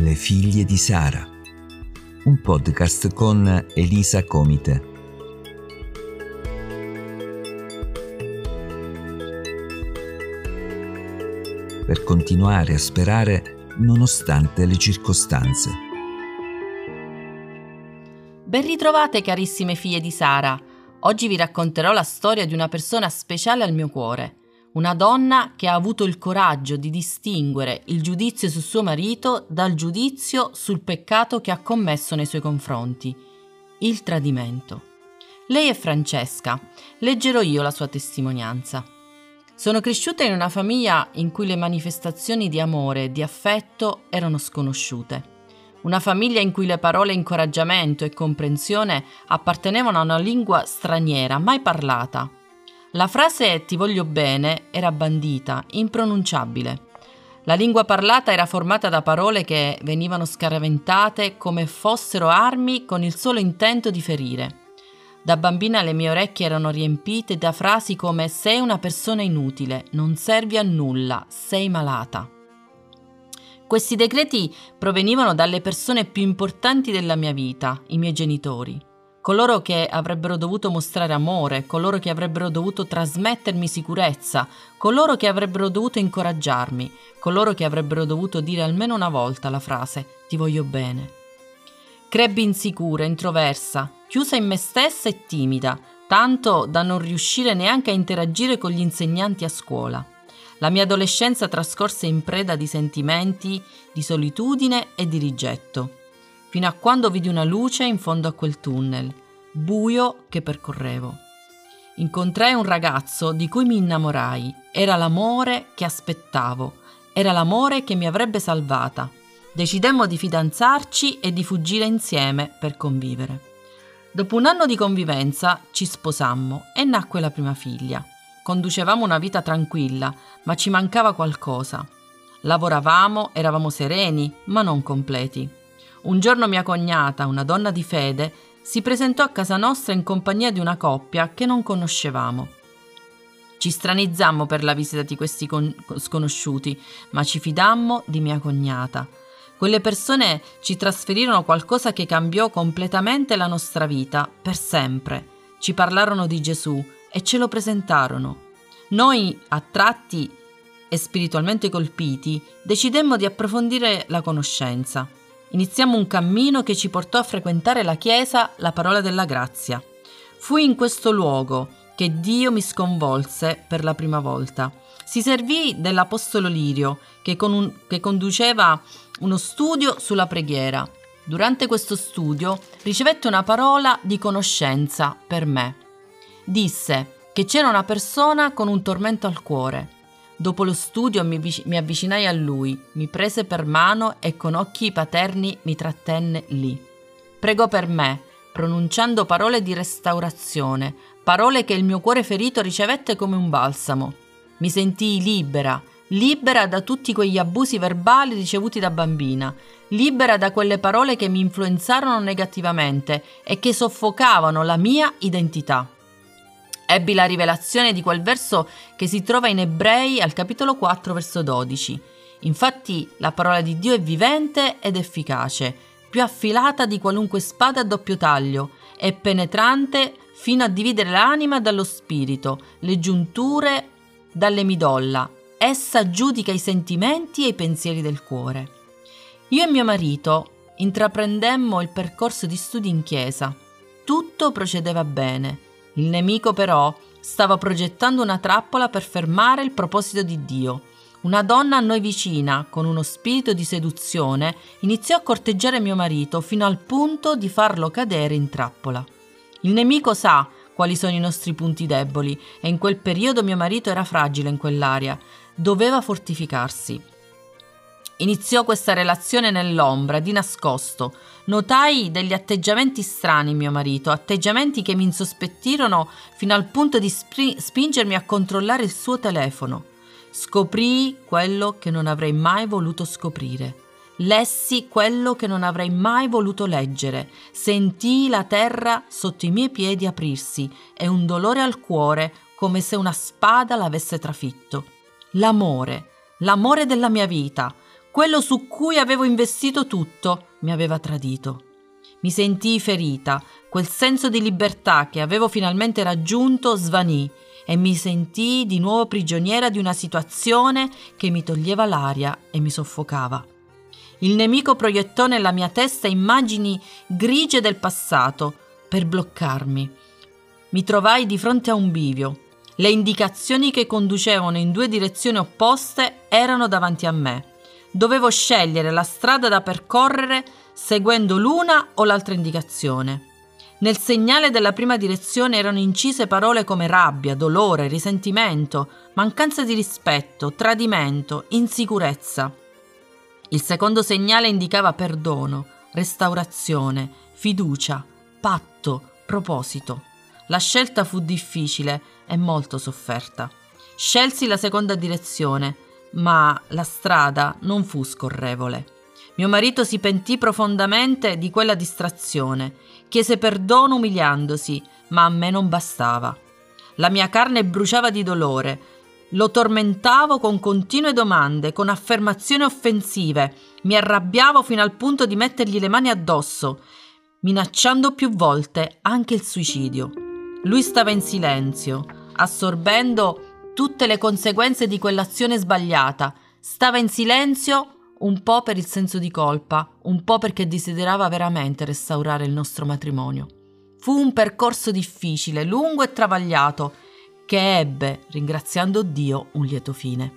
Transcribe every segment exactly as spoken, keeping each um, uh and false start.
Le figlie di Sara, un podcast con Elisa Comite. Per continuare a sperare nonostante le circostanze. Ben ritrovate carissime figlie di Sara. Oggi vi racconterò la storia di una persona speciale al mio cuore. Una donna che ha avuto il coraggio di distinguere il giudizio su suo marito dal giudizio sul peccato che ha commesso nei suoi confronti, il tradimento. Lei è Francesca. Leggerò io la sua testimonianza. Sono cresciuta in una famiglia in cui le manifestazioni di amore e di affetto erano sconosciute. Una famiglia in cui le parole incoraggiamento e comprensione appartenevano a una lingua straniera, mai parlata. La frase "ti voglio bene" era bandita, impronunciabile. La lingua parlata era formata da parole che venivano scaraventate come fossero armi con il solo intento di ferire. Da bambina le mie orecchie erano riempite da frasi come "sei una persona inutile, non servi a nulla, sei malata". Questi decreti provenivano dalle persone più importanti della mia vita, i miei genitori. Coloro che avrebbero dovuto mostrare amore, coloro che avrebbero dovuto trasmettermi sicurezza, coloro che avrebbero dovuto incoraggiarmi, coloro che avrebbero dovuto dire almeno una volta la frase "ti voglio bene". Crebbi insicura, introversa, chiusa in me stessa e timida, tanto da non riuscire neanche a interagire con gli insegnanti a scuola. La mia adolescenza trascorse in preda di sentimenti di solitudine e di rigetto, fino a quando vidi una luce in fondo a quel tunnel, buio che percorrevo. Incontrai un ragazzo di cui mi innamorai. Era l'amore che aspettavo, era l'amore che mi avrebbe salvata. Decidemmo di fidanzarci e di fuggire insieme per convivere. Dopo un anno di convivenza ci sposammo e nacque la prima figlia. Conducevamo una vita tranquilla, ma ci mancava qualcosa. Lavoravamo, eravamo sereni, ma non completi. Un giorno mia cognata, una donna di fede, si presentò a casa nostra in compagnia di una coppia che non conoscevamo. Ci stranizzammo per la visita di questi con- sconosciuti, ma ci fidammo di mia cognata. Quelle persone ci trasferirono qualcosa che cambiò completamente la nostra vita, per sempre. Ci parlarono di Gesù e ce lo presentarono. Noi, attratti e spiritualmente colpiti, decidemmo di approfondire la conoscenza. Iniziamo un cammino che ci portò a frequentare la Chiesa, la parola della grazia. Fu in questo luogo che Dio mi sconvolse per la prima volta. Si servì dell'Apostolo Lirio, che, con un, che conduceva uno studio sulla preghiera. Durante questo studio ricevette una parola di conoscenza per me. Disse che c'era una persona con un tormento al cuore. Dopo lo studio mi, vic- mi avvicinai a lui, mi prese per mano e con occhi paterni mi trattenne lì. Pregò per me, pronunciando parole di restaurazione, parole che il mio cuore ferito ricevette come un balsamo. Mi sentii libera, libera da tutti quegli abusi verbali ricevuti da bambina, libera da quelle parole che mi influenzarono negativamente e che soffocavano la mia identità. Ebbi la rivelazione di quel verso che si trova in Ebrei al capitolo quattro, verso dodici. Infatti la parola di Dio è vivente ed efficace, più affilata di qualunque spada a doppio taglio, è penetrante fino a dividere l'anima dallo spirito, le giunture dalle midolla. Essa giudica i sentimenti e i pensieri del cuore. Io e mio marito intraprendemmo il percorso di studi in chiesa. Tutto procedeva bene. Il nemico però stava progettando una trappola per fermare il proposito di Dio. Una donna a noi vicina, con uno spirito di seduzione, iniziò a corteggiare mio marito fino al punto di farlo cadere in trappola. Il nemico sa quali sono i nostri punti deboli e in quel periodo mio marito era fragile in quell'area. Doveva fortificarsi. Iniziò questa relazione nell'ombra, di nascosto. Notai degli atteggiamenti strani in mio marito, atteggiamenti che mi insospettirono fino al punto di spri- spingermi a controllare il suo telefono. Scoprii quello che non avrei mai voluto scoprire. Lessi quello che non avrei mai voluto leggere. Sentii la terra sotto i miei piedi aprirsi e un dolore al cuore come se una spada l'avesse trafitto. L'amore, l'amore della mia vita, quello su cui avevo investito tutto, mi aveva tradito. Mi sentii ferita, quel senso di libertà che avevo finalmente raggiunto svanì e mi sentii di nuovo prigioniera di una situazione che mi toglieva l'aria e mi soffocava. Il nemico proiettò nella mia testa immagini grigie del passato per bloccarmi. Mi trovai di fronte a un bivio. Le indicazioni che conducevano in due direzioni opposte erano davanti a me. Dovevo scegliere la strada da percorrere seguendo l'una o l'altra indicazione. Nel segnale della prima direzione erano incise parole come rabbia, dolore, risentimento, mancanza di rispetto, tradimento, insicurezza. Il secondo segnale indicava perdono, restaurazione, fiducia, patto, proposito. La scelta fu difficile e molto sofferta. Scelsi la seconda direzione, ma la strada non fu scorrevole. Mio marito si pentì profondamente di quella distrazione, chiese perdono umiliandosi, ma a me non bastava. La mia carne bruciava di dolore, lo tormentavo con continue domande, con affermazioni offensive, mi arrabbiavo fino al punto di mettergli le mani addosso, minacciando più volte anche il suicidio. Lui stava in silenzio, assorbendo tutte le conseguenze di quell'azione sbagliata. Stava in silenzio un po' per il senso di colpa, un po' perché desiderava veramente restaurare il nostro matrimonio. Fu un percorso difficile, lungo e travagliato, che ebbe, ringraziando Dio, un lieto fine.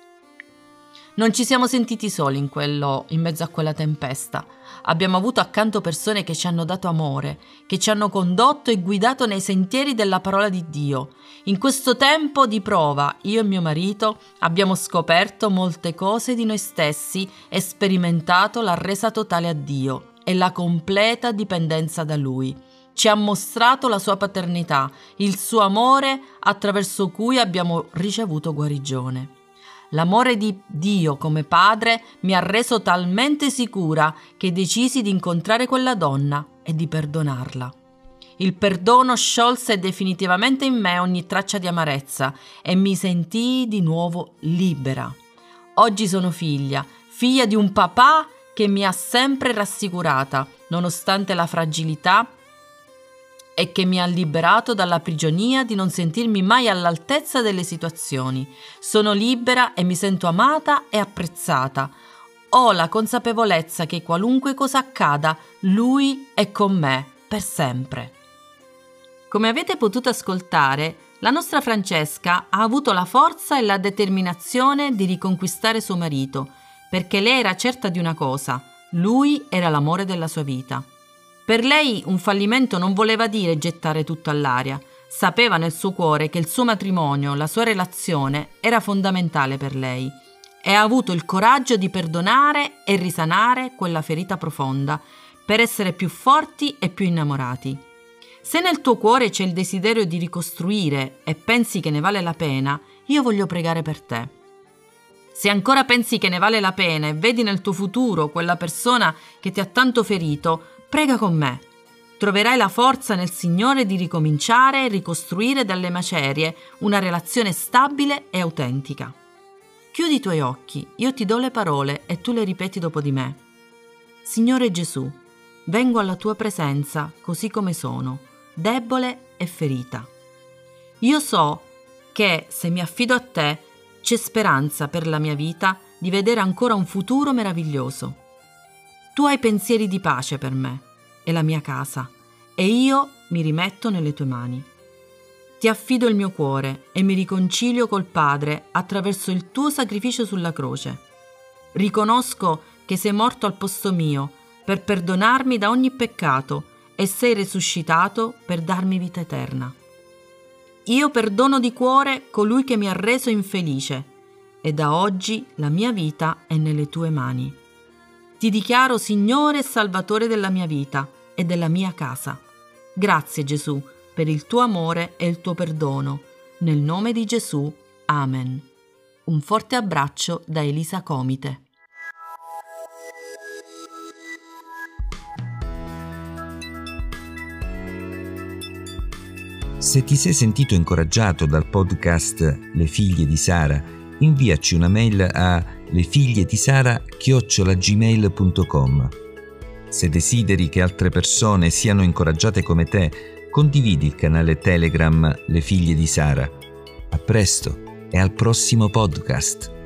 Non ci siamo sentiti soli in quello, in mezzo a quella tempesta. Abbiamo avuto accanto persone che ci hanno dato amore, che ci hanno condotto e guidato nei sentieri della parola di Dio. In questo tempo di prova, io e mio marito abbiamo scoperto molte cose di noi stessi e sperimentato la resa totale a Dio e la completa dipendenza da Lui. Ci ha mostrato la sua paternità, il suo amore attraverso cui abbiamo ricevuto guarigione. L'amore di Dio come padre mi ha reso talmente sicura che decisi di incontrare quella donna e di perdonarla. Il perdono sciolse definitivamente in me ogni traccia di amarezza e mi sentii di nuovo libera. Oggi sono figlia, figlia di un papà che mi ha sempre rassicurata, nonostante la fragilità, e che mi ha liberato dalla prigionia di non sentirmi mai all'altezza delle situazioni. Sono libera e mi sento amata e apprezzata. Ho la consapevolezza che qualunque cosa accada, Lui è con me per sempre. Come avete potuto ascoltare, la nostra Francesca ha avuto la forza e la determinazione di riconquistare suo marito, perché lei era certa di una cosa: lui era l'amore della sua vita. Per lei un fallimento non voleva dire gettare tutto all'aria. Sapeva nel suo cuore che il suo matrimonio, la sua relazione, era fondamentale per lei e ha avuto il coraggio di perdonare e risanare quella ferita profonda per essere più forti e più innamorati. Se nel tuo cuore c'è il desiderio di ricostruire e pensi che ne vale la pena, io voglio pregare per te. Se ancora pensi che ne vale la pena e vedi nel tuo futuro quella persona che ti ha tanto ferito, prega con me. Troverai la forza nel Signore di ricominciare e ricostruire dalle macerie una relazione stabile e autentica. Chiudi i tuoi occhi, io ti do le parole e tu le ripeti dopo di me. Signore Gesù, vengo alla tua presenza così come sono, debole e ferita. Io so che se mi affido a te c'è speranza per la mia vita di vedere ancora un futuro meraviglioso. Tu hai pensieri di pace per me e la mia casa, e io mi rimetto nelle tue mani. Ti affido il mio cuore e mi riconcilio col Padre attraverso il tuo sacrificio sulla croce. Riconosco che sei morto al posto mio per perdonarmi da ogni peccato e sei risuscitato per darmi vita eterna. Io perdono di cuore colui che mi ha reso infelice e da oggi la mia vita è nelle tue mani. Ti dichiaro Signore e Salvatore della mia vita e della mia casa. Grazie Gesù per il tuo amore e il tuo perdono. Nel nome di Gesù. Amen. Un forte abbraccio da Elisa Comite. Se ti sei sentito incoraggiato dal podcast Le figlie di Sara, inviaci una mail a lefigliedisara chiocciola gmail punto com. Se desideri che altre persone siano incoraggiate come te, condividi il canale Telegram Le Figlie di Sara. A presto e al prossimo podcast.